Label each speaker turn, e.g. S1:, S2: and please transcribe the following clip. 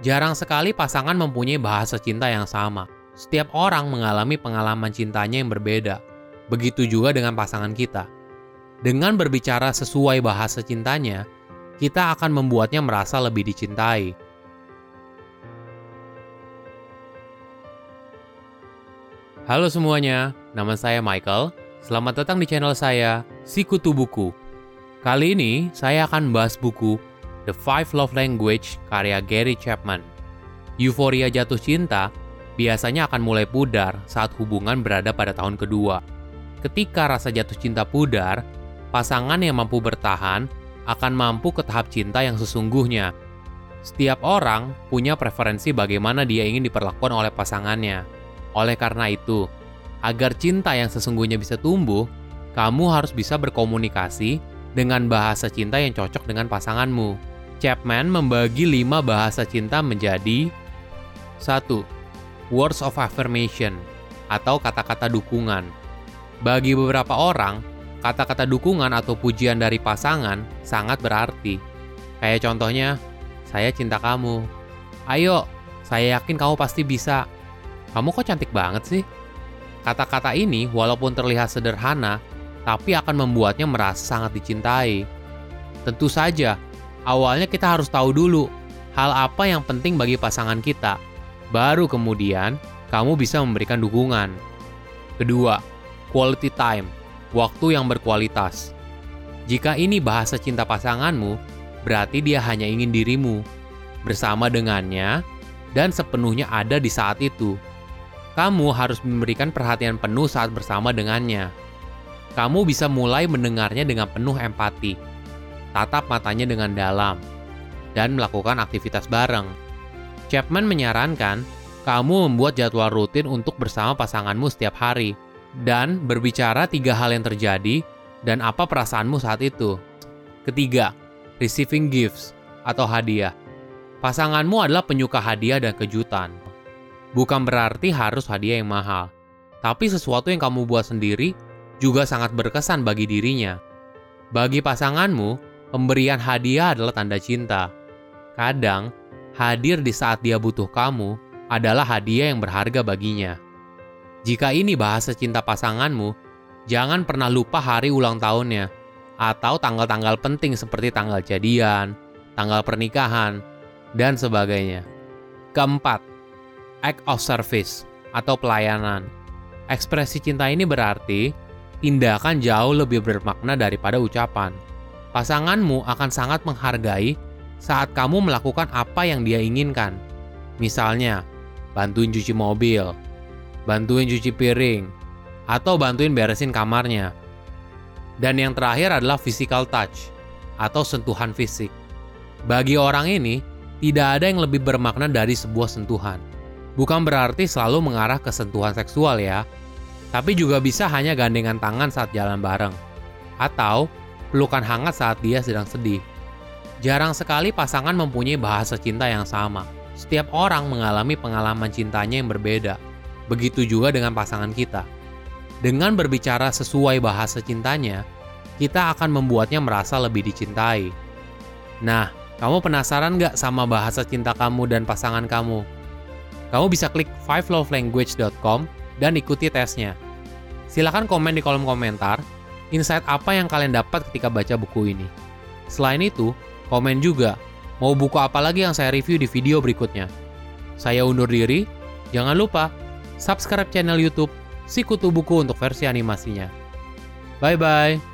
S1: Jarang sekali pasangan mempunyai bahasa cinta yang sama. Setiap orang mengalami pengalaman cintanya yang berbeda. Begitu juga dengan pasangan kita. Dengan berbicara sesuai bahasa cintanya, kita akan membuatnya merasa lebih dicintai. Halo semuanya, nama saya Michael. Selamat datang di channel saya, Sikutu Buku. Kali ini, saya akan membahas buku The 5 Love Language karya Gary Chapman. Euforia jatuh cinta biasanya akan mulai pudar saat hubungan berada pada tahun kedua. Ketika rasa jatuh cinta pudar, pasangan yang mampu bertahan akan mampu ke tahap cinta yang sesungguhnya. Setiap orang punya preferensi bagaimana dia ingin diperlakukan oleh pasangannya. Oleh karena itu, agar cinta yang sesungguhnya bisa tumbuh, kamu harus bisa berkomunikasi dengan bahasa cinta yang cocok dengan pasanganmu. Chapman membagi 5 bahasa cinta menjadi 1. Words of affirmation atau kata-kata dukungan. Bagi beberapa orang, kata-kata dukungan atau pujian dari pasangan sangat berarti. Kayak contohnya, saya cinta kamu. Ayo, saya yakin kamu pasti bisa. Kamu kok cantik banget sih? Kata-kata ini walaupun terlihat sederhana, tapi akan membuatnya merasa sangat dicintai. Tentu saja, awalnya kita harus tahu dulu hal apa yang penting bagi pasangan kita. Baru kemudian, kamu bisa memberikan dukungan. Kedua, quality time, waktu yang berkualitas. Jika ini bahasa cinta pasanganmu, berarti dia hanya ingin dirimu, bersama dengannya, dan sepenuhnya ada di saat itu. Kamu harus memberikan perhatian penuh saat bersama dengannya. Kamu bisa mulai mendengarnya dengan penuh empati, tatap matanya dengan dalam, dan melakukan aktivitas bareng. Chapman menyarankan kamu membuat jadwal rutin untuk bersama pasanganmu setiap hari, dan berbicara 3 hal yang terjadi dan apa perasaanmu saat itu. Ketiga, receiving gifts atau hadiah. Pasanganmu adalah penyuka hadiah dan kejutan. Bukan berarti harus hadiah yang mahal, tapi sesuatu yang kamu buat sendiri juga sangat berkesan bagi dirinya. Bagi pasanganmu, pemberian hadiah adalah tanda cinta. Kadang, hadir di saat dia butuh kamu adalah hadiah yang berharga baginya. Jika ini bahasa cinta pasanganmu, jangan pernah lupa hari ulang tahunnya, atau tanggal-tanggal penting seperti tanggal jadian, tanggal pernikahan, dan sebagainya. Keempat, act of service atau pelayanan. Ekspresi cinta ini berarti tindakan jauh lebih bermakna daripada ucapan. Pasanganmu akan sangat menghargai saat kamu melakukan apa yang dia inginkan. Misalnya, bantuin cuci mobil, bantuin cuci piring, atau bantuin beresin kamarnya. Dan yang terakhir adalah physical touch atau sentuhan fisik. Bagi orang ini, tidak ada yang lebih bermakna dari sebuah sentuhan. Bukan berarti selalu mengarah ke sentuhan seksual ya, tapi juga bisa hanya gandengan tangan saat jalan bareng, atau pelukan hangat saat dia sedang sedih. Jarang sekali pasangan mempunyai bahasa cinta yang sama. Setiap orang mengalami pengalaman cintanya yang berbeda. Begitu juga dengan pasangan kita. Dengan berbicara sesuai bahasa cintanya, kita akan membuatnya merasa lebih dicintai. Nah, kamu penasaran nggak sama bahasa cinta kamu dan pasangan kamu? Kamu bisa klik 5lovelanguage.com dan ikuti tesnya. Silakan komen di kolom komentar, insight apa yang kalian dapat ketika baca buku ini. Selain itu, komen juga, mau buku apa lagi yang saya review di video berikutnya. Saya undur diri, jangan lupa subscribe channel YouTube Sikutu Buku untuk versi animasinya. Bye-bye!